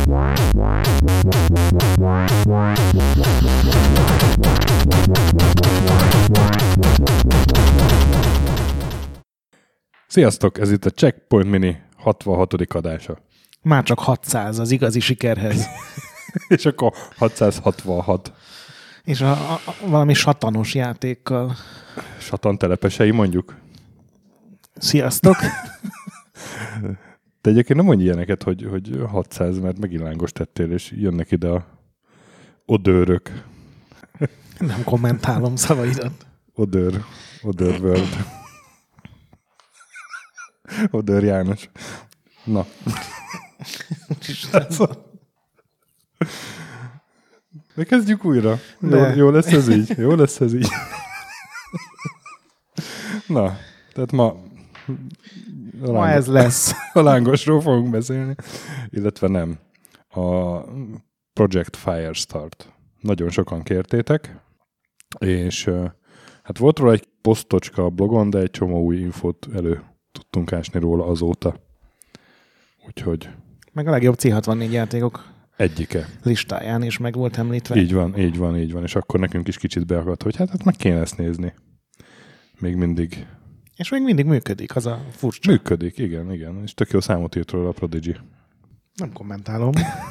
Sziasztok, ez itt a Checkpoint Mini 66. adása. Már csak 600 az igazi sikerhez. És akkor 666. És valami satanos játékkal. Satan telepesei mondjuk. Sziasztok! De egyébként nem mondj ilyeneket, hogy 600, mert megint lángos tettél, és jönnek ide a odőrök. Nem kommentálom szavaidat. Odőr World. Odőr János. Na. De kezdjük újra. Jó lesz ez így? Jó lesz ez így? Na, tehát ma ez lesz. A lángosról fogunk beszélni. Illetve nem. A Project Firestart. Nagyon sokan kértétek, és hát volt róla egy posztocska a blogon, de egy csomó új infót elő tudtunk ásni róla azóta. Úgyhogy... Meg a legjobb C64 játékok egyike listáján is meg volt említve. Így van. És akkor nekünk is kicsit beakadt, hogy hát meg kéne ezt nézni. Még mindig. És még mindig működik, az a furcsa. Működik, igen. És tök jó számot írt róla a Prodigy. Nem kommentálom.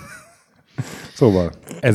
Szóval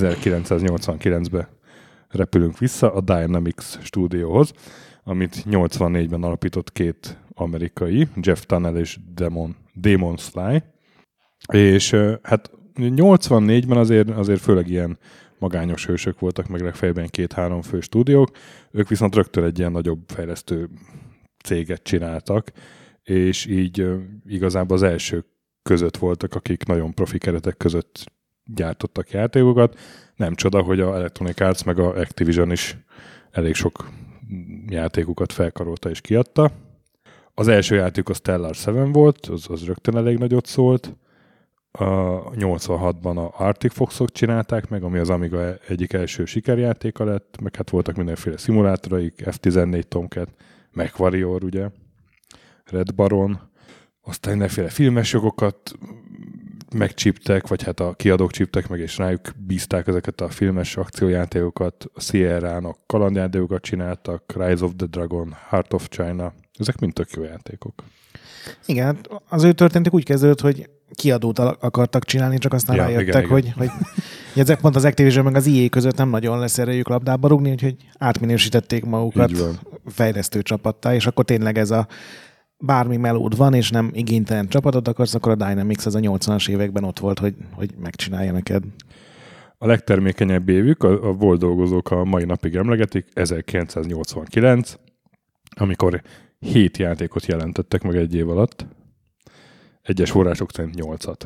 1989-ben repülünk vissza a Dynamix stúdióhoz, amit 84-ben alapított két amerikai, Jeff Tunnell és Damon Sly. És hát 84-ben azért főleg ilyen magányos hősök voltak, meg legfeljebb 2-3 fő stúdiók. Ők viszont rögtön egy ilyen nagyobb fejlesztő céget csináltak, és így igazából az elsők között voltak, akik nagyon profi keretek között gyártottak játékokat. Nem csoda, hogy a Electronic Arts meg a Activision is elég sok játékokat felkarolta és kiadta. Az első játék a Stellar 7 volt, az rögtön elég nagyot szólt. A 86-ban a Arctic Foxok csinálták meg, ami az Amiga egyik első sikerjátéka lett, meg hát voltak mindenféle szimulátoraik, F-14 Tomcat, MechWarrior, ugye, Red Baron, aztán mindenféle filmes jogokat megcsíptek, vagy hát a kiadók csíptek meg, és rájuk bízták ezeket a filmes akciójátékokat. A Sierra-nak kalandjátékokat csináltak, Rise of the Dragon, Heart of China. Ezek mind tök jó játékok. Igen, az ő történetük úgy kezdődött, hogy kiadót akartak csinálni, csak aztán rájöttek, igen. Hogy ezek pont az Activision meg az EA között nem nagyon lesz erejük labdába rúgni, úgyhogy átminősítették magukat fejlesztő csapattá, és akkor tényleg ez a bármi melód van, és nem igénytelen csapatot akarsz, akkor a Dynamix az a 80-as években ott volt, hogy megcsinálja neked. A legtermékenyebb évük, a volt dolgozók a mai napig emlegetik, 1989, amikor 7 játékot jelentettek meg egy év alatt. Egyes források szerint 8-at.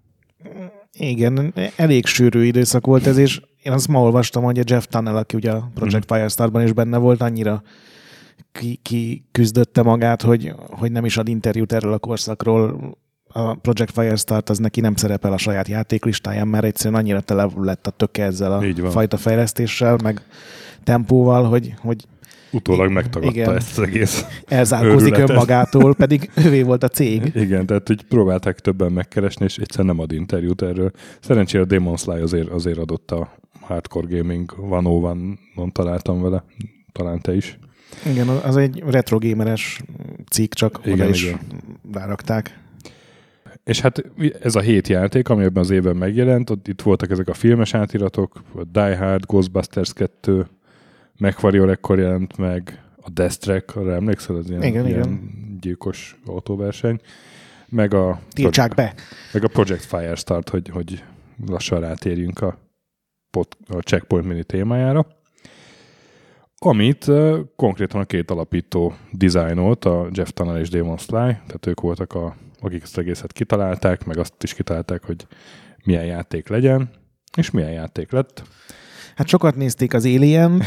Igen, elég sűrű időszak volt ez, és én azt ma olvastam, hogy a Jeff Tunnell, aki ugye a Project Firestartban is benne volt, annyira küzdötte magát, hogy nem is ad interjút erről a korszakról. A Project Firestart az neki nem szerepel a saját játéklistáján, mert egyszerűen annyira tele lett a töke ezzel a fajta fejlesztéssel, meg tempóval, hogy utólag megtagadta ezt az egész elzárkózik önmagától, pedig ővé volt a cég. Igen, tehát hogy próbálták többen megkeresni, és egyszerűen nem ad interjút erről. Szerencsére Damon Sly azért adott a Hardcore Gaming 101-on találtam vele, talán te is. Igen, az egy retro gameres cikk, csak oda is rárakták. És hát ez a 7 játék, ami ebben az évben megjelent, itt voltak ezek a filmes átiratok, a Die Hard, Ghostbusters 2, MechWarrior ekkor jelent meg, a Death Track, arra emlékszel, az ilyen gyilkos autóverseny, meg a Project Firestart, hogy lassan rátérjünk a Checkpoint Mini témájára, amit konkrétan a két alapító dizájnolt, a Jeff Tunnell és Damon Sly, tehát ők voltak akik ezt egészet kitalálták, meg azt is kitalálták, hogy milyen játék legyen, és milyen játék lett. Hát sokat nézték az Alien-t,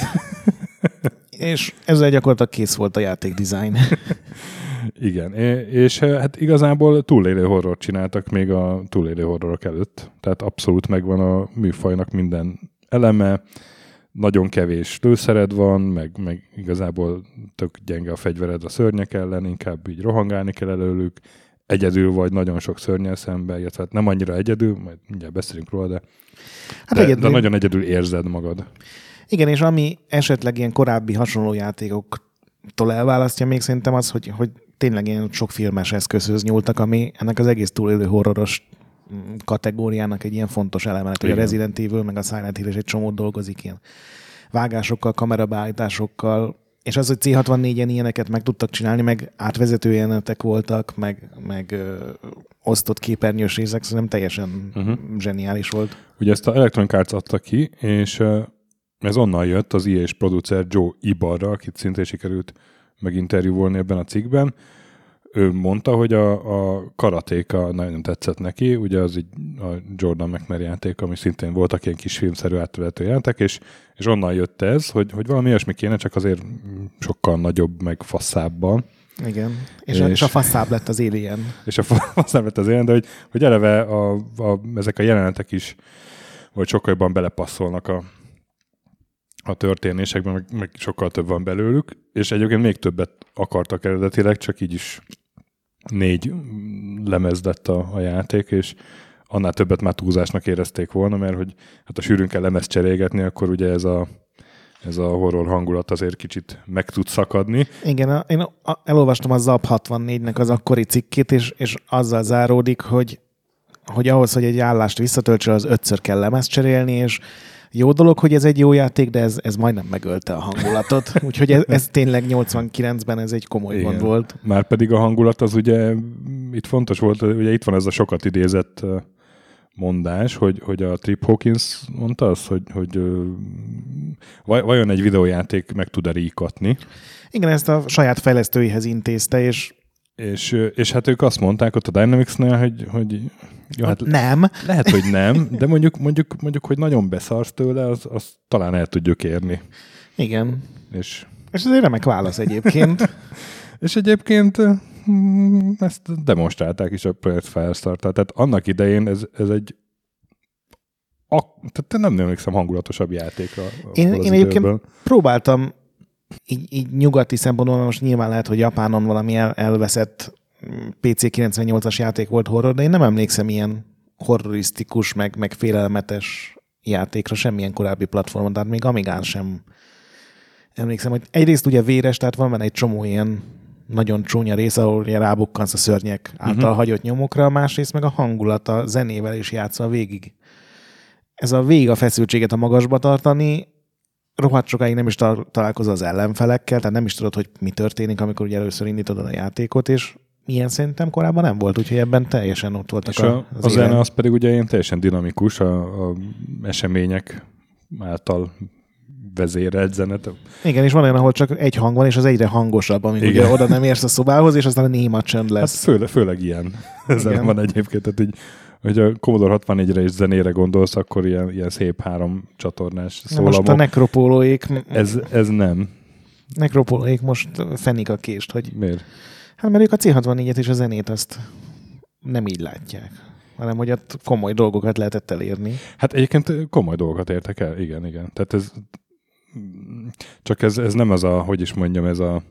és ezzel gyakorlatilag kész volt a játék design. Igen, és hát igazából túlélő horrort csináltak még a túlélő horrorok előtt. Tehát abszolút megvan a műfajnak minden eleme, nagyon kevés lőszered van, meg igazából tök gyenge a fegyvered a szörnyek ellen, inkább így rohangálni kell előlük. egyedül vagy nagyon sok szörnyel szemben, illetve nem annyira egyedül, majd mindjárt beszélünk róla, de nagyon egyedül érzed magad. Igen, és ami esetleg ilyen korábbi hasonló játékoktól elválasztja még szerintem az, hogy tényleg ilyen sok filmes eszközhöz nyúltak, ami ennek az egész túlélő horroros kategóriának egy ilyen fontos eleme, hogy a Resident Evil meg a Silent Hill is egy csomót dolgozik ilyen vágásokkal, kamerabeállításokkal, és az, hogy C64-en ilyeneket meg tudtak csinálni, meg átvezető jelenetek voltak, meg osztott képernyős részek, szerintem teljesen zseniális volt. Ugye ezt a Electronic Arts adta ki, és ez onnan jött az EA-s producer Joe Ibarra, akit szintén sikerült meginterjúvolni ebben a cikkben. Ő mondta, hogy a karatéka nagyon tetszett neki, ugye az így a Jordan McNair játék, ami szintén voltak ilyen kis filmszerű átvezető játék, és onnan jött ez, hogy valami olyasmi kéne, csak azért sokkal nagyobb, meg faszábban. Igen, és a faszább lett az Alien. És a faszább lett az Alien, de hogy eleve ezek a jelenetek is vagy sokkal jobban belepasszolnak a történésekben, meg sokkal több van belőlük, és egyébként még többet akartak eredetileg, csak így is 4 lemez lett a játék, és annál többet már túlzásnak érezték volna, mert hogy hát a sűrűn kell lemezt cserélgetni, akkor ugye ez a horror hangulat azért kicsit meg tud szakadni. Igen, én elolvastam a Zap 64-nek az akkori cikkét, és azzal záródik, hogy ahhoz, hogy egy állást visszatöltsön, az 5-ször kell lemezt cserélni, és jó dolog, hogy ez egy jó játék, de ez majdnem megölte a hangulatot. Úgyhogy ez tényleg 89-ben ez egy komoly gond volt. Márpedig a hangulat az ugye itt fontos volt, ugye itt van ez a sokat idézett mondás, hogy a Trip Hawkins mondta azt, hogy vajon egy videójáték meg tud-e ríkatni. Igen, ezt a saját fejlesztőihez intézte, és hát ők azt mondták ott a Dynamics-nél, hogy jó, hát nem. Lehet, hogy nem, de mondjuk hogy nagyon beszarsz tőle, az talán el tudjuk érni. Igen. És ez egy remek válasz egyébként. És egyébként ezt demonstrálták is a Project Firestarter. Tehát annak idején ez egy tehát nem emlékszem hangulatosabb játékra. Én egyébként próbáltam így nyugati szempontból, most nyilván lehet, hogy Japánon valami elveszett PC 98-as játék volt horror, de én nem emlékszem ilyen horrorisztikus, meg félelmetes játékra semmilyen korábbi platformon, tehát még Amigán sem emlékszem, hogy egyrészt ugye véres, tehát van benne egy csomó ilyen nagyon csúnya rész, ahol rábukkansz a szörnyek által hagyott nyomokra, másrészt meg a hangulat a zenével is játszva végig. Ez a végig a feszültséget a magasba tartani, rohadt sokáig nem is találkozol az ellenfelekkel, tehát nem is tudod, hogy mi történik, amikor ugye először indítod a játékot, és ilyen szerintem korábban nem volt, úgyhogy ebben teljesen ott voltak az zene az pedig ugye ilyen teljesen dinamikus, a események által vezérelt zenet. Igen, és van olyan, ahol csak egy hang van, és az egyre hangosabb, amíg ugye oda nem érsz a szobához, és aztán a néma csönd lesz. Hát főleg ilyen zene van egyébként, tehát így, hogy a Commodore 64-re is zenére gondolsz, akkor ilyen szép 3 csatornás szólamok. Most a nekropólóék... Ez nem. Nekropólóék most fenik a kést, hogy... Miért? Hát mert ők a C64-et és a zenét azt nem így látják, hanem hogy ott komoly dolgokat lehetett elérni. Hát egyébként komoly dolgokat értek el, igen. Tehát ez... Csak ez nem az hogy is mondjam, ez a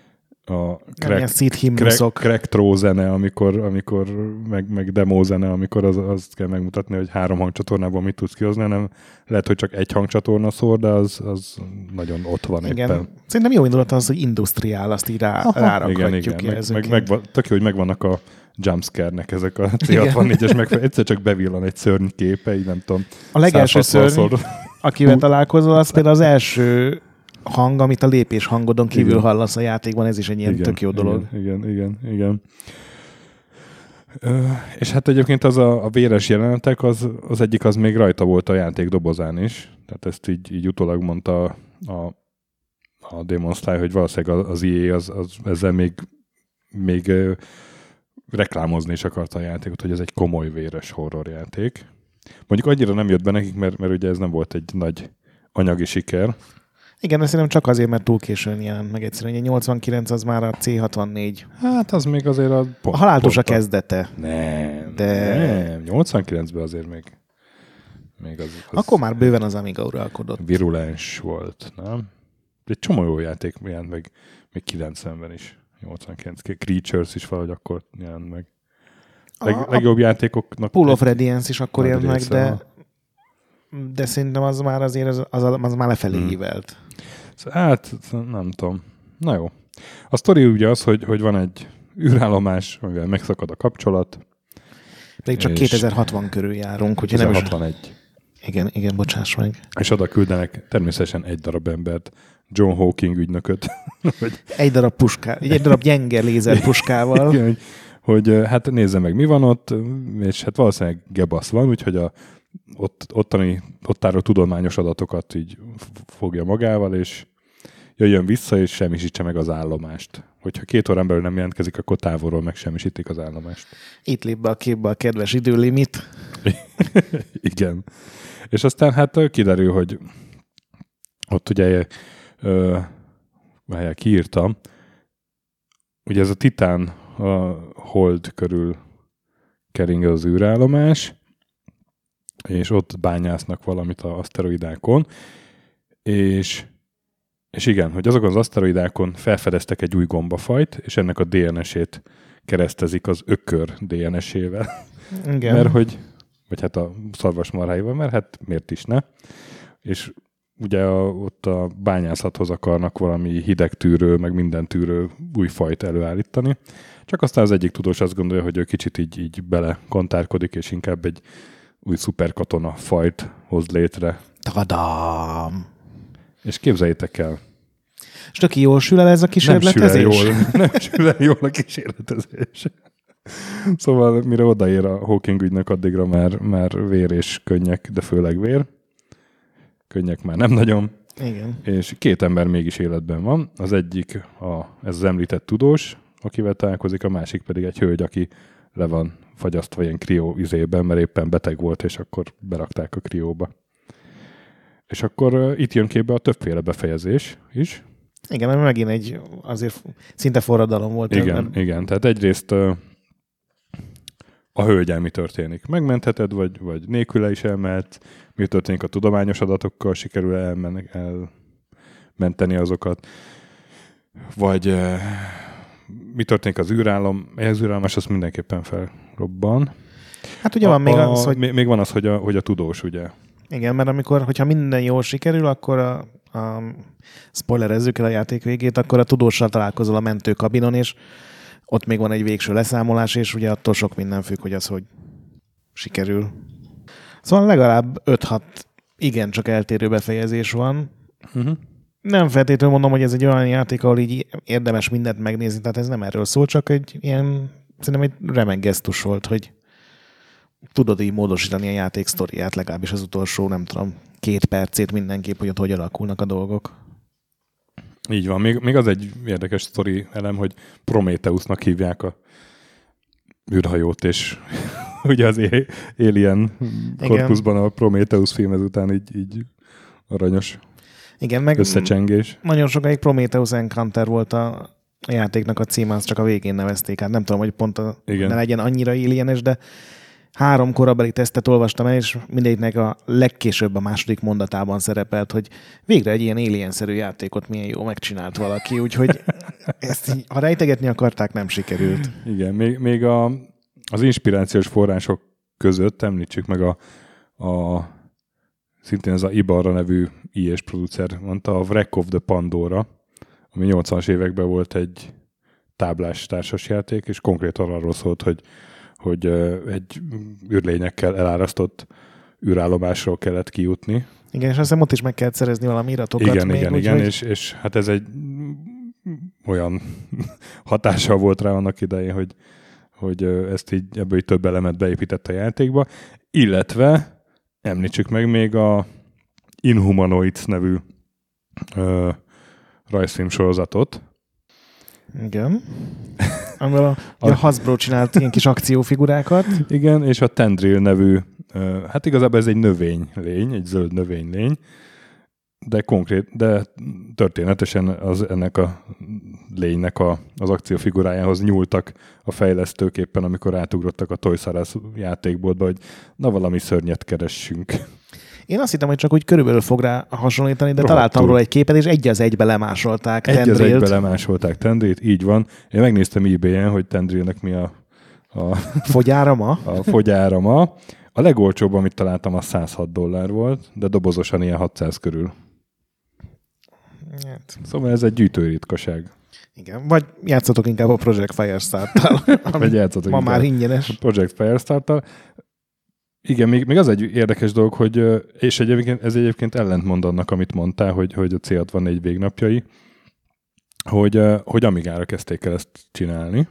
crack throw zene, amikor meg demo zene, amikor azt kell megmutatni, hogy 3 hangcsatornából mit tudsz kihozni, hanem lehet, hogy csak egy hangcsatorna szól, de az nagyon ott van éppen. Szerintem jó indulat az, hogy industriál, azt így rárakhatjuk. Igen. Tök jó, hogy megvannak a jumpscare-nek ezek a C64-es megfelelő. Egyszer csak bevillan egy szörny képe, így nem tudom. A legelső szörny, akivel találkozol, az például az első hang, amit a lépés hangodon kívül hallasz a játékban, ez is egy ilyen tök jó dolog. Igen. És hát egyébként az a véres jelenetek, az egyik az még rajta volt a játék dobozán is. Tehát ezt így utólag mondta a Demon Sly, hogy valószínűleg az EA az ezzel még reklámozni is akarta a játékot, hogy ez egy komoly véres horrorjáték. Mondjuk annyira nem jött be nekik, mert ugye ez nem volt egy nagy anyagi siker. Igen, ezt szerintem csak azért, mert túl későn jelent meg egyszerűen. 89 az már a C64. Hát az még azért a haláltos a kezdete. Nem, 89-ben azért még az... Akkor már bőven az Amiga uralkodott. Virulens volt, nem? Egy csomó jó játék jelent meg még 90-ben is. 89. Creatures is valahogy akkor jelent meg. Legjobb játékoknak... Pool of Radiance is akkor jön meg, de szerintem az már azért az már lefelé ívelt. Hát, nem tudom. Na jó. A sztori ugye az, hogy van egy űrállomás, amivel megszakad a kapcsolat. Pedig csak 2060 körül járunk. 2061. Igen, bocsáss meg. És oda küldenek természetesen egy darab embert, John Hawking ügynököt. egy darab gyenge lézerpuskával. Igen, hogy hát nézze meg, mi van ott, és hát valószínűleg gebasz van, úgyhogy ott álló tudományos adatokat így fogja magával, és jöjjön vissza, és semmisítse meg az állomást. Hogyha 2 órán belül nem jelentkezik, akkor távolról megsemmisítik az állomást. Itt lép be a képbe a kedves időlimit. Igen. És aztán hát kiderül, hogy ott ugye kiírtam, ugye ez a Titán a Hold körül kering az űrállomás, és ott bányásznak valamit az aszteroidákon, és igen, hogy azokon az aszteroidákon felfedeztek egy új gombafajt, és ennek a DNS-ét keresztezik az ökör DNS-ével. Igen. Mert vagy hát a szarvasmarháival, mert hát miért is ne? És ugye ott a bányászathoz akarnak valami hidegtűrő, meg minden tűrő új fajt előállítani. Csak aztán az egyik tudós azt gondolja, hogy ő kicsit így bele kontárkodik, és inkább egy új szuperkatona fajt hoz létre. Tadam! És képzeljétek el. És tök jól sül el ez a kísérletezés? Nem sül el jól a kísérletezés. Szóval mire odaér a Hawking ügynök, addigra már vér és könnyek, de főleg vér. Könnyek már nem nagyon. Igen. És 2 ember mégis életben van. Az egyik ez az említett tudós, akivel találkozik, a másik pedig egy hölgy, aki le van fagyasztva ilyen krió izében, mert éppen beteg volt, és akkor berakták a krióba. És akkor itt jön képbe a többféle befejezés is. Igen, mert megint egy azért szinte forradalom volt. Igen. Tehát egyrészt a hölgyel mi történik? Megmentheted, vagy nélküle is elmehet? Mi történik a tudományos adatokkal? Sikerül elmenteni azokat? Vagy mi történik az űrállom? Az űrállomás az mindenképpen felrobban. Hát ugye van még az, hogy... Még van az, hogy a tudós, ugye? Igen, mert hogyha minden jól sikerül, akkor spoilerezzük el a játék végét, akkor a tudóssal találkozol a mentőkabinon, és ott még van egy végső leszámolás, és ugye attól sok minden függ, hogy sikerül. Szóval legalább 5-6 igencsak eltérő befejezés van. Uh-huh. Nem feltétlenül mondom, hogy ez egy olyan játék, ahol így érdemes mindent megnézni, tehát ez nem erről szól, csak szerintem egy remek gesztus volt, hogy tudod így módosítani a játék sztoriát, legalábbis az utolsó, nem tudom, 2 percét mindenképp, hogy ott hogy alakulnak a dolgok. Így van. Még az egy érdekes sztori elem, hogy Prometheusnak hívják a űrhajót, és ugye az Alien korpuszban a Prometheus film ezután így aranyos összecsengés. Nagyon sokáig Prometheus Encounter volt a játéknak a címe, azt csak a végén nevezték. Hát nem tudom, hogy pont ne legyen annyira alienes, de 3 korabeli tesztet olvastam el, és mindegyiknek a legkésőbb a második mondatában szerepelt, hogy végre egy ilyen alien-szerű játékot milyen jó megcsinált valaki, úgyhogy ezt így, ha rejtegetni akarták, nem sikerült. Igen, még az inspirációs források között említsük meg szintén ez a Ibarra nevű IS producer mondta, a Wreck of the Pandora, ami 80-as években volt egy táblás társasjáték, és konkrétan arról szólt, hogy egy űrlényekkel elárasztott űrállomásról kellett kijutni. Igen, és azt hiszem ott is meg kellett szerezni valami iratokat. Igen, és hát ez egy olyan hatással volt rá annak idején, hogy ezt ebből több elemet beépített a játékba, illetve említsük meg még a Inhumanoids nevű rajzfilm sorozatot. Igen. Amivel a Hasbro csinált ilyen kis akciófigurákat. Igen, és a Tendril nevű, hát igazából ez egy növénylény, egy zöld növénylény, de történetesen ennek a lénynek az akciófigurájához nyúltak a fejlesztők éppen, amikor átugrottak a Toys R Us játékboltba, hogy na valami szörnyet keressünk. Én azt hittem, hogy csak úgy körülbelül fog rá hasonlítani, de találtam róla egy képet, és egy az egybe lemásolták Tendrilt. Egy az egybe lemásolták Tendrilt, így van. Én megnéztem eBay-en, hogy Tendrilnek mi a Fogyárama? A fogyárama. A legolcsóbb, amit találtam, a $106 volt, de dobozosan ilyen 600 körül. Hát. Szóval ez egy gyűjtőritkaság. Igen, vagy játszatok inkább a Project Firestart-tal. Vagy játszatok ma már ingyenes. A Project Firestart-tal. Igen, még az egy érdekes dolog, hogy, és ez egyébként ellentmond annak, amit mondtál, hogy a C64 végnapjai, hogy Amigára kezdték el ezt csinálni,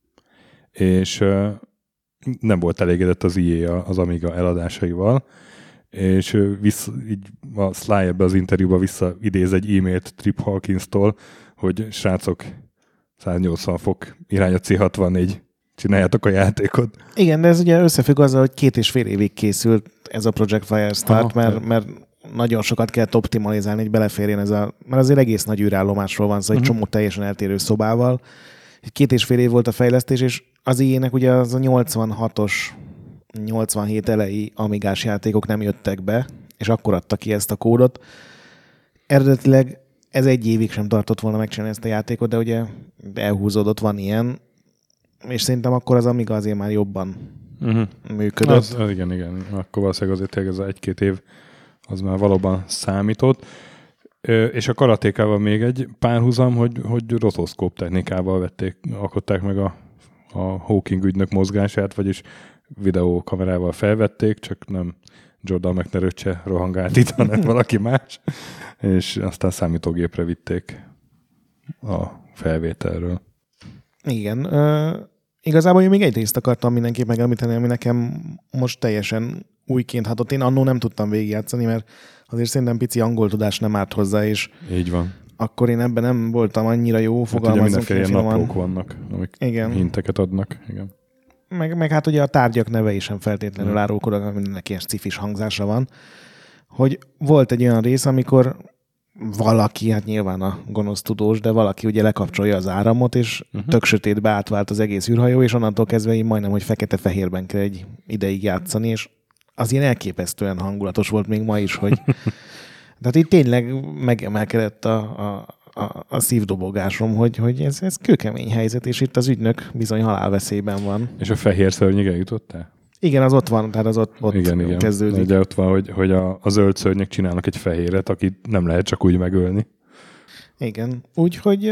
és nem volt elégedett az EA az Amiga eladásaival, és így a Sly ebbe az interjúba visszaidéz egy e-mailt Trip Hawkins-tól, hogy srácok, 180 fok irány a C64, csináljátok a játékot. Igen, de ez ugye összefügg azzal, hogy 2,5 évig készült ez a Project Firestart, mert nagyon sokat kellett optimalizálni, hogy beleférjen mert azért egész nagy űrállomásról van szó, egy csomó teljesen eltérő szobával. 2,5 év volt a fejlesztés, és az ilyenek ugye az a 86-os, 87 elejé Amigás játékok nem jöttek be, és akkor adta ki ezt a kódot. Eredetileg ez 1 évig sem tartott volna megcsinálni ezt a játékot, de ugye elhúzódott, van ilyen, és szerintem akkor az Amiga azért már jobban működött. Az igen. Akkor valószínűleg azért ez 1-2 év az már valóban számított. És a karatékával még egy párhuzam, hogy rotoszkóp technikával alkották meg a Hawking ügynök mozgását, vagyis videókamerával felvették, csak nem Jordan McNary-se rohangált itt, hanem valaki más, és aztán számítógépre vitték a felvételről. Igen. Igazából én még egy részt akartam mindenképp megemlíteni, ami nekem most teljesen újként hatott. Én annól nem tudtam végigjátszani, mert azért szerintem pici angol tudás nem árt hozzá, és így van. Akkor én ebben nem voltam annyira jó, fogalmazunk. Hát ugye mindenféle naplók vannak, amik hinteket adnak. Igen. Meg hát ugye a tárgyak nevei sem feltétlenül árulkodnak, mindennek ilyen cifis hangzása van. Hogy volt egy olyan rész, amikor valaki, hát nyilván a gonosz tudós, de valaki ugye lekapcsolja az áramot, és tök sötétbe átvált az egész űrhajó, és onnantól kezdve így majdnem, hogy fekete-fehérben kell egy ideig játszani, és az ilyen elképesztően hangulatos volt még ma is, hogy tehát itt tényleg megemelkedett a szívdobogásom, hogy ez kőkemény helyzet, és itt az ügynök bizony halálveszélyben van. És a fehér szörnyig eljutottál? Igen, az ott van, tehát az ott igen. kezdődik. Ugye ott van, hogy a zöld szörnyek csinálnak egy fehéret, akit nem lehet csak úgy megölni. Igen, úgyhogy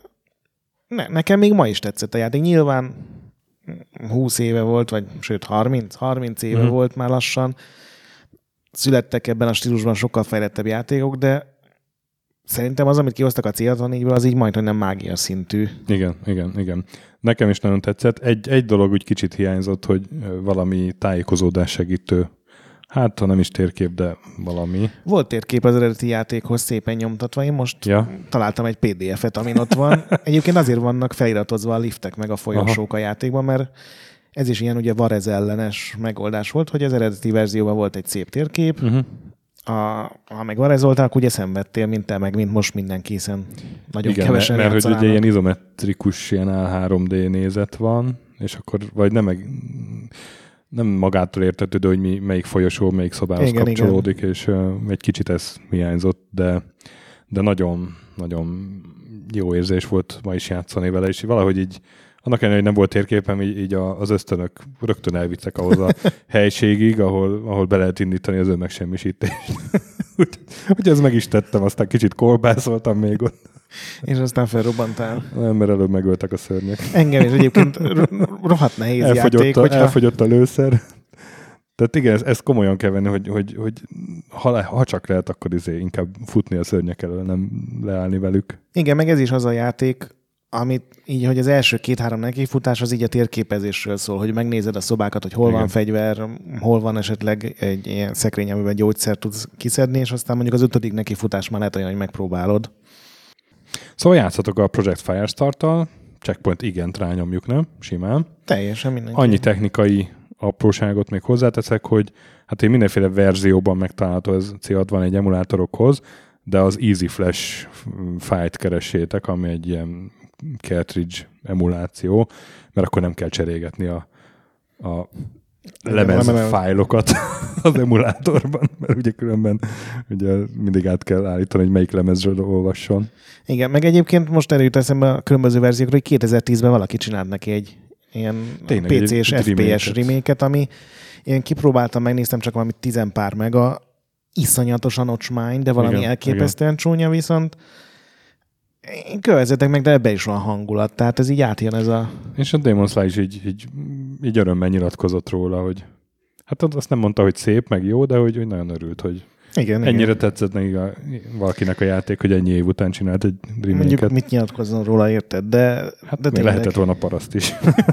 nekem még ma is tetszett a játék. Nyilván 20 éve volt, vagy sőt 30 éve volt már lassan. Születtek ebben a stílusban sokkal fejlettebb játékok, de szerintem az, amit kihoztak a C64-ből, az így majdnem nem mágia szintű. Igen. Nekem is nagyon tetszett. Egy dolog úgy kicsit hiányzott, hogy valami tájékozódás segítő, hát ha nem is térkép, de valami. Volt térkép az eredeti játékhoz szépen nyomtatva. Én most találtam egy PDF-et, amin ott van. Egyébként azért vannak feliratozva a liftek meg a folyosók a játékban, mert ez is ilyen ugye Varez ellenes megoldás volt, hogy az eredeti verzióban volt egy szép térkép, ha meg varezoltál, akkor ugye szenvedtél, mint te, meg mint most mindenki, hiszen nagyon kevesen mert hogy ugye ilyen izometrikus, ilyen L3D nézet van, és akkor, vagy nem magától értetődő, hogy melyik folyosó, melyik szobához kapcsolódik, és egy kicsit ez hiányzott, de nagyon, nagyon jó érzés volt ma is játszani vele, és valahogy így annak ellenére, hogy nem volt térképem, így az ösztönök rögtön elvittek ahhoz a helységig, ahol be lehet indítani az önmegsemmisítést. Úgyhogy ezt meg is tettem, aztán kicsit kolbászoltam még ott. És aztán felrobbantál. Nem, mert előbb megöltek a szörnyek. Engem is egyébként rohadt nehéz játék. Elfogyott a lőszer. Tehát igen, ezt komolyan kell venni, hogy ha csak lehet, akkor inkább futni a szörnyek elől, nem leállni velük. Igen, meg ez is az a játék, amit így, hogy az első 2-3 nekifutás az így a térképezésről szól, hogy megnézed a szobákat, hogy hol van fegyver, hol van esetleg egy ilyen szekrény, amiben gyógyszert tudsz kiszedni, és aztán mondjuk az 5. nekifutás már lehet olyan, hogy megpróbálod. Szóval játszatok a Project Firestart-tal, checkpoint igent rányomjuk, nem? Simán. Teljesen mindenki. Annyi technikai apróságot még hozzáteszek, hogy hát én mindenféle verzióban megtalálható ez C64 emulátorokhoz, de az Easy Flash fájlt keressétek, ami egy ilyen cartridge emuláció, mert akkor nem kell cserégetni a lemez fájlokat az emulátorban, mert ugye különben ugye mindig át kell állítani, hogy melyik lemezről olvasson. Igen, meg egyébként most erre jut eszembe a különböző verziókról, hogy 2010-ben valaki csinált neki ilyen PC és FPS remake-et, ami én kipróbáltam, megnéztem, csak valami 10 pár mega, iszonyatosan ocsmány, de valami elképesztően csúnya, viszont kövezzetek meg, de ebbe is van hangulat, tehát ez így átjön ez a... És a Demon's Slayer is így örömmel nyilatkozott róla, hogy hát azt nem mondta, hogy szép, meg jó, de hogy nagyon örült, hogy ennyire tetszett neki valakinek a játék, hogy ennyi év után csinált egy remake-et. Mondjuk mit nyilatkozzon róla, érted? De még lehetett volna paraszt is.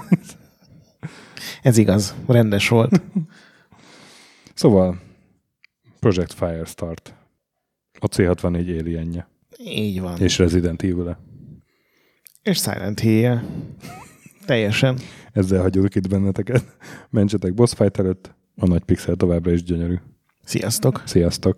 Ez igaz, rendes volt. Szóval Project Firestart. A C64 Alienje. Így van. És Resident Evil-e. És Silent Hill-je. Teljesen. Ezzel hagyjuk itt benneteket. Mentsetek boss fight előtt. A nagy pixel továbbra is gyönyörű. Sziasztok! Sziasztok!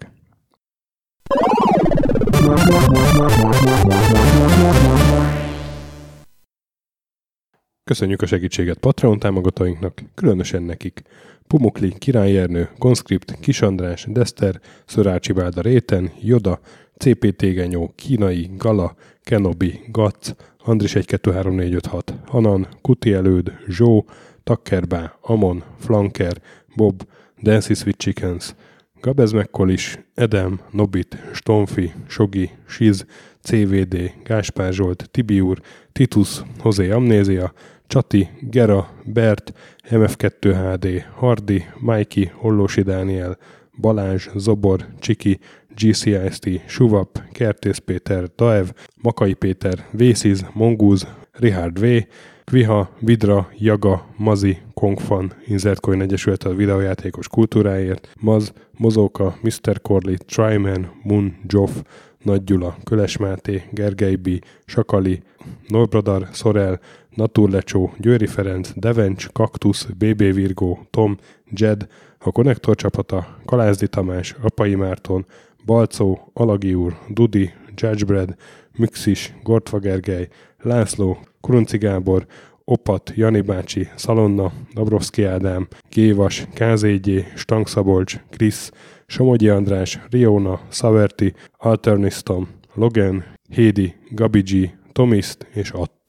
Köszönjük a segítséget Patreon támogatóinknak, különösen nekik. Pumukli, Király Ernő, Conscript, Kis András, Dester, Szörácsi Bálda Réten, Joda, CPT Genyó, Kínai, Gala, Kenobi, Gac, Andris 123456, Hanan, Kuti Előd, Zsó, Takkerbá, Amon, Flanker, Bob, Dancy Sweet Chickens, Gabez Mekkolis, Edem, Nobit, Stonfi, Sogi, Siz, CVD, Gáspár Zsolt, Tibiur, Titus, Hozé Amnézia, Csati, Gera, Bert, MF2HD, Hardi, Mikey, Hollósi Dániel, Balázs, Zobor, Csiki, GCIST, Suvap, Kertész Péter, Daev, Makai Péter, Vésziz, Mongúz, Richard V, Kviha, Vidra, Jaga, Mazi, Kongfan, Inzertcoin Egyesület a videójátékos kultúráért, Maz, Mozóka, Mr. Corley, Tryman, Moon, Joff, Nagy Gyula, Köles Máté, Gergely B, Sakali, Norbradar, Szorel, Naturlecsó, Győri Ferenc, Devencs, Kaktusz, BB Virgó, Tom, Jed, a Konnektor csapata, Kalázdi Tamás, Apai Márton, Balcó, Alagi úr, Dudi, Judgebred, Müxis, Gortva Gergely, László, Kurunci Gábor, Opat, Jani bácsi, Szalonna, Dabrowski Ádám, Gévas, KZG, Stangszabolcs, Krisz, Somogyi András, Riona, Szaverti, Alternisztom, Logan, Hédi, Gabi G, Tomiszt és Att.